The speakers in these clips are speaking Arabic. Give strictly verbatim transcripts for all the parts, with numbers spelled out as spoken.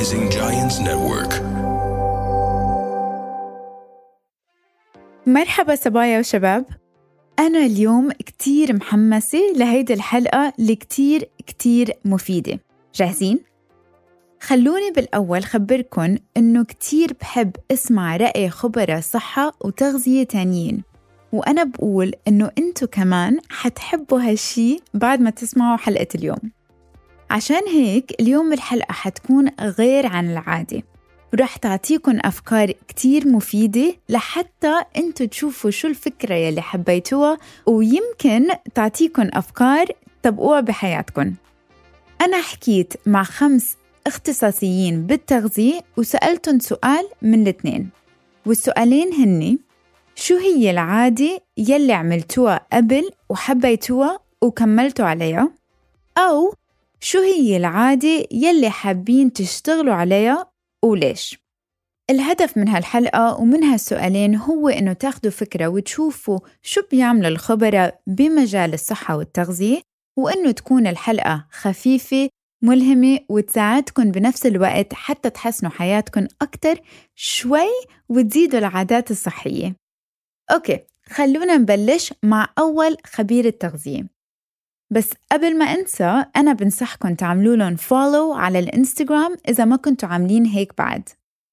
Rising Giants Network. مرحبا صبايا وشباب. أنا اليوم كتير محمسة لهيدي الحلقة اللي كتير كتير مفيدة. جاهزين؟ خلوني بالأول خبركن إنه كتير بحب اسمع رأي خبراء صحة وتغذية تانيين، وأنا بقول إنه أنتو كمان حتحبوا هالشي بعد ما تسمعوا حلقة اليوم. عشان هيك اليوم الحلقة حتكون غير عن العادة، ورح تعطيكن أفكار كتير مفيدة لحتى أنتو تشوفوا شو الفكرة يلي حبيتوها، ويمكن تعطيكن أفكار تطبقوها بحياتكن. أنا حكيت مع خمس اختصاصيين بالتغذية وسألتن سؤال من الاثنين، والسؤالين هني: شو هي العادة يلي عملتوها قبل وحبيتوها وكملتوا عليها؟ أو شو هي العادة يلي حابين تشتغلوا عليها وليش؟ الهدف من هالحلقة ومن هالسؤالين هو إنه تاخدوا فكرة وتشوفوا شو بيعمل الخبراء بمجال الصحة والتغذية، وإنه تكون الحلقة خفيفة ملهمة وتساعدكم بنفس الوقت حتى تحسنوا حياتكم أكتر شوي وتزيدوا العادات الصحية. أوكي، خلونا نبلش مع أول خبير التغذية. بس قبل ما أنسى، أنا بنصحكم تعملوا لهم فولو على الإنستغرام إذا ما كنتوا عاملين هيك بعد.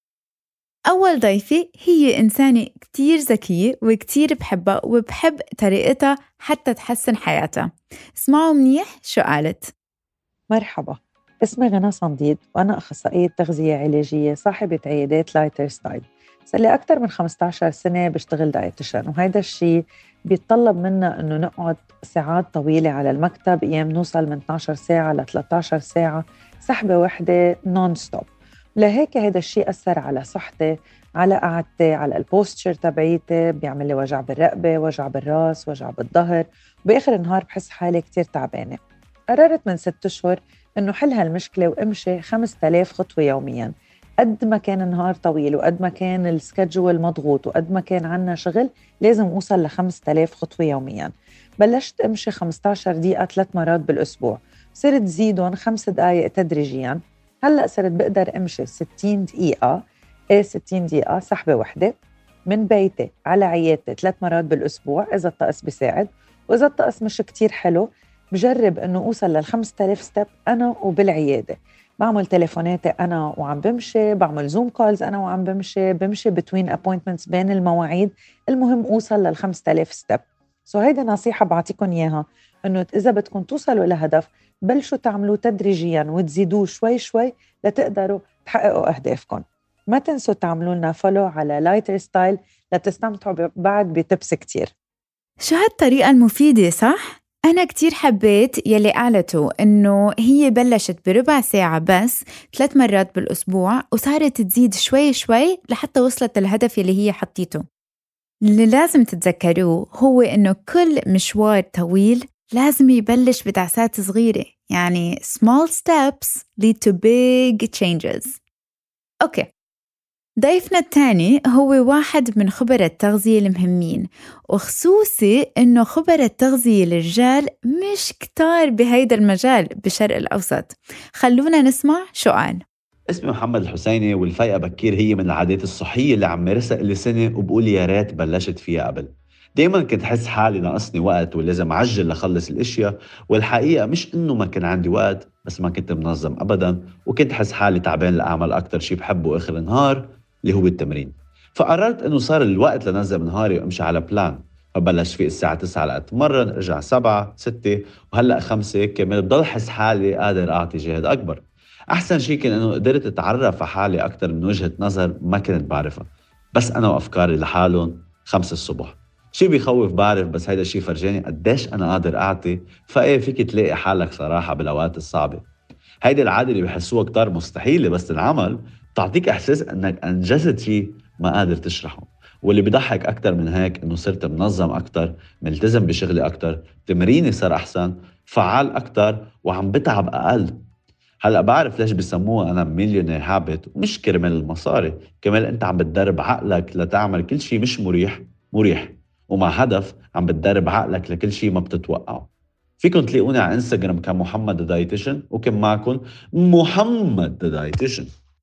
أول ضيفة هي إنسانة كتير ذكية وكتير بحبها وبحب طريقتها حتى تحسن حياتها. اسمعوا منيح شو قالت. مرحبا، اسمي غنا صنديد وأنا أخصائية تغذية علاجية صاحبة عيادات لايتر ستايل. صار لي أكتر من خمسة عشر سنة بشتغل دايتيشن، وهيدا الشيء بيتطلب منا إنه نقعد ساعات طويلة على المكتب، أيام نوصل من اثنتا عشرة ساعة ل ثلاثة عشر ساعة سحبة واحدة نون ستوب. لهيك هيدا الشيء أثر على صحتي، على قعدتي، على البوستشر تبعيتي، بيعمل لي وجع بالرقبة، وجع بالراس، وجع بالظهر، وبآخر النهار بحس حالي كتير تعبانة. قررت من ست أشهر إنه حل هالمشكلة وامشي خمسة آلاف خطوة يومياً. قد ما كان النهار طويل وقد ما كان السكجول مضغوط وقد ما كان عنا شغل، لازم أوصل لخمسة آلاف خطوة يومياً. بلشت أمشي خمسة عشر دقيقة ثلاث مرات بالأسبوع، صرت زيدون خمس دقايق تدريجياً. هلأ صرت بقدر أمشي ستين دقيقة، إيه ستين دقيقة سحبة وحدة من بيتي على عيادتي ثلاث مرات بالأسبوع إذا الطقس بيساعد، وإذا الطقس مش كتير حلو بجرب إنه أوصل للخمسة آلاف ستيب أنا وبالعيادة. بعمل تليفوناتي أنا وعم بمشي، بعمل زوم كولز أنا وعم بمشي، بمشي بتوين أبوينتمنتس بين المواعيد، المهم أوصل للخمسة آلاف ستيب. سو هيدا نصيحة بعطيكم إياها، إنه إذا بدكم توصلوا لهدف بلشوا تعملوا تدريجياً وتزيدوه شوي شوي لتقدروا تحققوا أهدافكم. ما تنسوا تعملوا لنا فولو على لايتر ستايل لتستمتعوا بعد بتبس كتير. شو هالطريقة المفيدة صح؟ أنا كتير حبيت يلي قالته إنه هي بلشت بربع ساعة بس ثلاث مرات بالأسبوع وصارت تزيد شوي شوي لحتى وصلت الهدف يلي هي حطيته. اللي لازم تتذكروه هو إنه كل مشوار طويل لازم يبلش بدعسات صغيرة، يعني small steps lead to big changes. أوكي، ضيفنا الثاني هو واحد من خبراء التغذية المهمين، وخصوصي إنه خبراء التغذية الرجال مش كتار بهيدا المجال بالشرق الأوسط. خلونا نسمع شو قال. اسمي محمد الحسيني، والفيقة بكير هي من العادات الصحية اللي عم مارسها اللي سنة وبقول يا ريت بلشت فيها قبل. دايما كنت حس حالي ناقصني وقت ولازم أعجل لخلص الاشياء، والحقيقة مش إنه ما كان عندي وقت، بس ما كنت منظم أبدا، وكنت حس حالي تعبان لأعمل أكتر شي بحبه آخر النهار اللي هو التمرين. فقررت إنه صار الوقت لنظم نهاري وأمشي على بلان. فبلش في الساعة تسعة لأتمرن، ارجع سبعة ستة وهلأ خمسة، كمان بضل حس حالي قادر أعطي جهد أكبر. أحسن شيء كان إنه قدرت أتعرف على حالي أكتر من وجهة نظر ما كنت بعرفها، بس أنا وأفكاري لحالهم خمسة الصبح. شيء بيخوف بعرف، بس هيدا الشيء فرجاني قديش أنا قادر أعطي. فإيه، فيك تلاقي حالك صراحة بالأوقات الصعبة. هيدا العادة اللي بيحسوها كتار مستحيلة، بس العمل تعطيك إحساس أنك أنجزت شيء ما قادر تشرحه. واللي بيضحك أكتر من هيك إنه صرت منظم أكتر، ملتزم بشغلي أكتر، تمريني صار أحسن، فعال أكتر، وعم بتعب أقل. هلأ بعرف ليش بسموها أنا مليونير هابت، ومش كرمال المصاري، كمان أنت عم بتدرب عقلك لتعمل كل شيء مش مريح مريح، ومع هدف عم بتدرب عقلك لكل شيء ما بتتوقعه. فيكن تلاقوني على انستغرام كمحمد دايتيشن، وكم معكم محمد دايتيشن.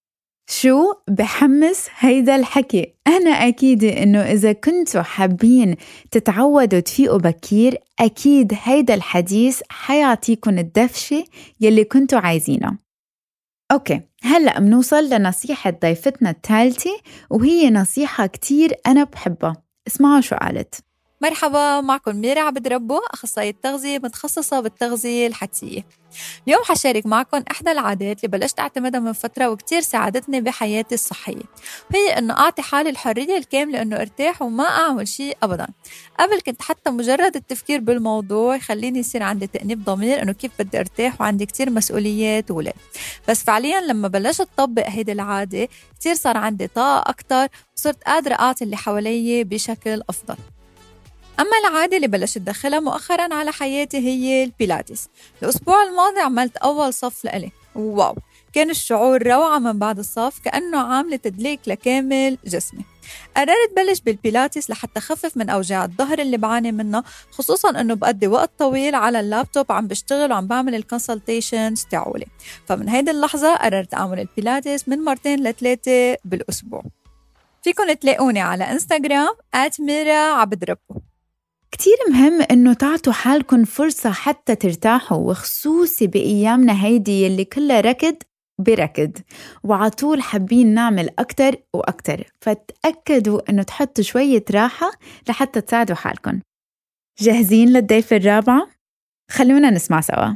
شو بحمس هيدا الحكي؟ أنا أكيد إنه إذا كنتوا حابين تتعودوا تفيقوا بكير أكيد هيدا الحديث حيعطيكم الدفشة يلي كنتوا عايزينها. أوكي، هلأ منوصل لنصيحة ضيفتنا الثالثة، وهي نصيحة كتير أنا بحبها. اسمعوا شو قالت. مرحبا، معكم ميرا عبد ربو، أخصائية تغذية متخصصة بالتغذية الحدسية. اليوم حشارك معكم إحدى العادات اللي بلشت أعتمدها من فترة وكتير ساعدتني بحياتي الصحية، وهي إنه أعطي حالي الحرية الكاملة إنه أرتاح وما أعمل شيء أبداً. قبل كنت حتى مجرد التفكير بالموضوع يخليني يصير عندي تأنيب ضمير إنه كيف بدي أرتاح وعندي كتير مسؤوليات وولاد. بس فعلياً لما بلشت أطبق هيدي العادة كتير صار عندي طاقة أكتر وصرت قادرة أعطي اللي حوالي بشكل أفضل. أما العادة اللي بلشت أدخلها مؤخراً على حياتي هي البيلاتيس. الأسبوع الماضي عملت أول صف لإلي، واو كان الشعور روعة. من بعد الصف كأنه عاملة تدليك لكامل جسمي. قررت بلش بالبيلاتيس لحتى خفف من أوجاع الظهر اللي بعاني منها، خصوصاً أنه بقضي وقت طويل على اللابتوب عم بشتغل وعم بعمل الكونسلتيشنز تاعولي. فمن هيدي اللحظة قررت أعمل البيلاتيس من مرتين لثلاثة بالأسبوع. فيكن تلاقوني على إنستغرام آت ميرا عبد ربو. كتير مهم إنه تعطوا حالكم فرصة حتى ترتاحوا، وخصوصي بأيامنا هيدي يلي كلها ركض بركض وعطول حابين نعمل أكتر وأكتر. فتأكدوا إنه تحطوا شوية راحة لحتى تساعدوا حالكم. جاهزين للضيفة الرابعة؟ خلونا نسمع سوا.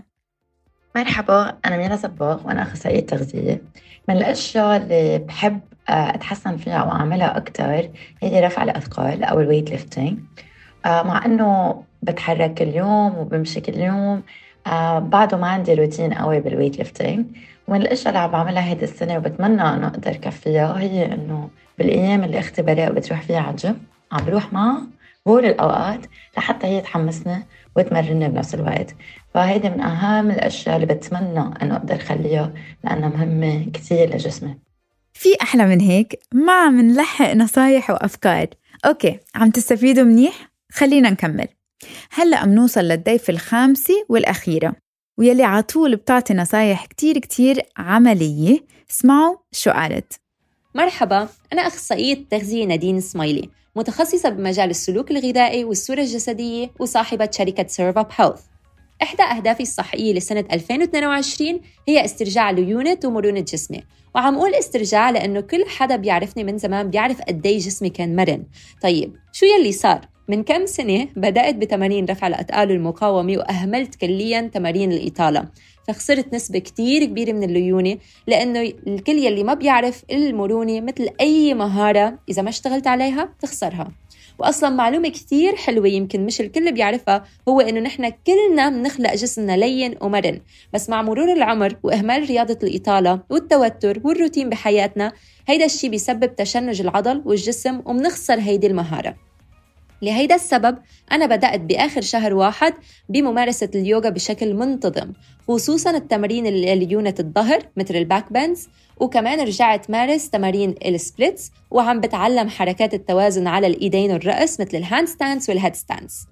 مرحبا، أنا ميرا صباغ وأنا أخصائية تغذية. من الأشياء اللي بحب أتحسن فيها وأعملها أكتر هي رفع الأثقال أو الويت ليفتينج. آه مع أنه بتحرك اليوم وبمشي كل يوم، آه بعده ما عندي روتين قوي بالويت ليفتينج. ومن الأشياء اللي عم بعملها هيدا السنة وبتمنى أنه أقدر كفيها هي أنه بالأيام اللي أختي براء بتروح فيها على الجيم عم بروح معها بقول الأوقات لحتى هي تحمسني وتمرني بنفس الوقت. فهيدا من أهم الأشياء اللي بتمنى أنه أقدر خليها لأنها مهمة كتير لجسمي. في أحلى من هيك؟ ما عم نلحق نصايح وأفكار. أوكي، عم تستفيدوا منيح؟ خلينا نكمل. هلأ منوصل للضيفة الخامسة والأخيرة، ويلي عطول بتعطي نصايح كتير كتير عملية. اسمعوا شو قالت. مرحبا، أنا أخصائية تغذية نادين سمايلي، متخصصة بمجال السلوك الغذائي والصورة الجسدية وصاحبة شركة سيرف أب هيلث. إحدى أهدافي الصحية لسنة ألفين واثنين وعشرين هي استرجاع ليونة ومرونة جسمي. وعم أقول استرجاع لأنه كل حدا بيعرفني من زمان بيعرف قدي جسمي كان مرن. طيب شو يلي صار؟ من كم سنة بدأت بتمارين رفع الأثقال والمقاومة وأهملت كلياً تمارين الإطالة، فخسرت نسبة كتير كبيرة من الليونة. لأنه الكل يلي ما بيعرف المرونة مثل أي مهارة إذا ما اشتغلت عليها تخسرها. وأصلاً معلومة كتير حلوة يمكن مش الكل بيعرفها، هو إنه نحن كلنا منخلق جسمنا لين ومرن، بس مع مرور العمر وإهمال رياضة الإطالة والتوتر والروتين بحياتنا هيدا الشي بيسبب تشنج العضل والجسم ومنخسر هيدي المهارة. لهيدا السبب أنا بدأت بآخر شهر واحد بممارسة اليوغا بشكل منتظم، خصوصاً التمارين ليونة الظهر مثل الباك بانز، وكمان رجعت مارس تمارين السبليتس، وعم بتعلم حركات التوازن على الإيدين والرأس مثل الهاند ستانس والهيد ستانس.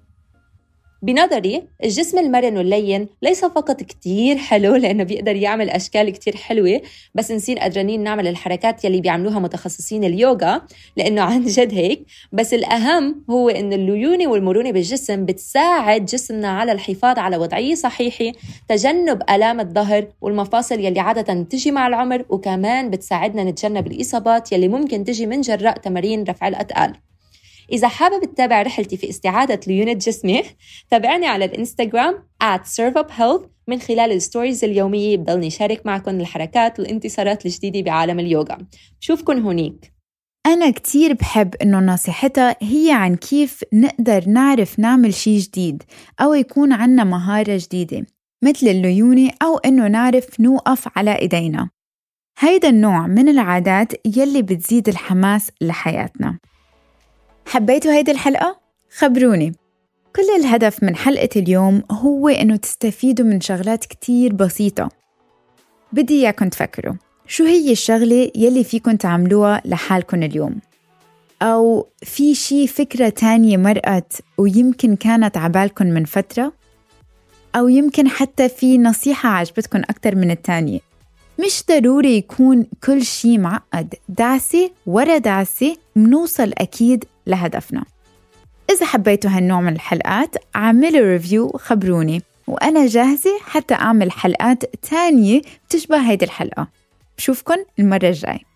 بنظري الجسم المرن واللين ليس فقط كتير حلو لأنه بيقدر يعمل أشكال كتير حلوة، بس نصير قادرين نعمل الحركات يلي بيعملوها متخصصين اليوغا لأنه عن جد هيك. بس الأهم هو إن الليونة والمرونة بالجسم بتساعد جسمنا على الحفاظ على وضعية صحيحة، تجنب آلام الظهر والمفاصل يلي عادة تجي مع العمر، وكمان بتساعدنا نتجنب الإصابات يلي ممكن تجي من جراء تمارين رفع الأثقال. إذا حابب تتابع رحلتي في استعادة ليونة جسمي تابعني على الإنستغرام آت سيرف أب هيلث. من خلال الستوريز اليومية بضلني شارك معكم الحركات والانتصارات الجديدة بعالم اليوغا. بشوفكن هونيك. أنا كتير بحب إنه نصيحتها هي عن كيف نقدر نعرف نعمل شي جديد أو يكون عنا مهارة جديدة مثل الليونة، أو إنه نعرف نوقف على إيدينا. هيدا النوع من العادات يلي بتزيد الحماس لحياتنا. حبيتوا هيدي الحلقة؟ خبروني. كل الهدف من حلقة اليوم هو إنه تستفيدوا من شغلات كتير بسيطة. بدي إياكم تفكروا شو هي الشغلة يلي فيكم تعملوها لحالكم اليوم، أو في شي فكرة تانية مرقت ويمكن كانت عبالكم من فترة، أو يمكن حتى في نصيحة عجبتكم أكتر من التانية. مش ضروري يكون كل شي معقد، دعسة ورا دعسة منوصل أكيد لهدفنا. إذا حبيتوا هالنوع من الحلقات عملوا ريفيو خبروني، وأنا جاهزة حتى أعمل حلقات تانية تشبه هيدي الحلقة. بشوفكن المرة الجاي.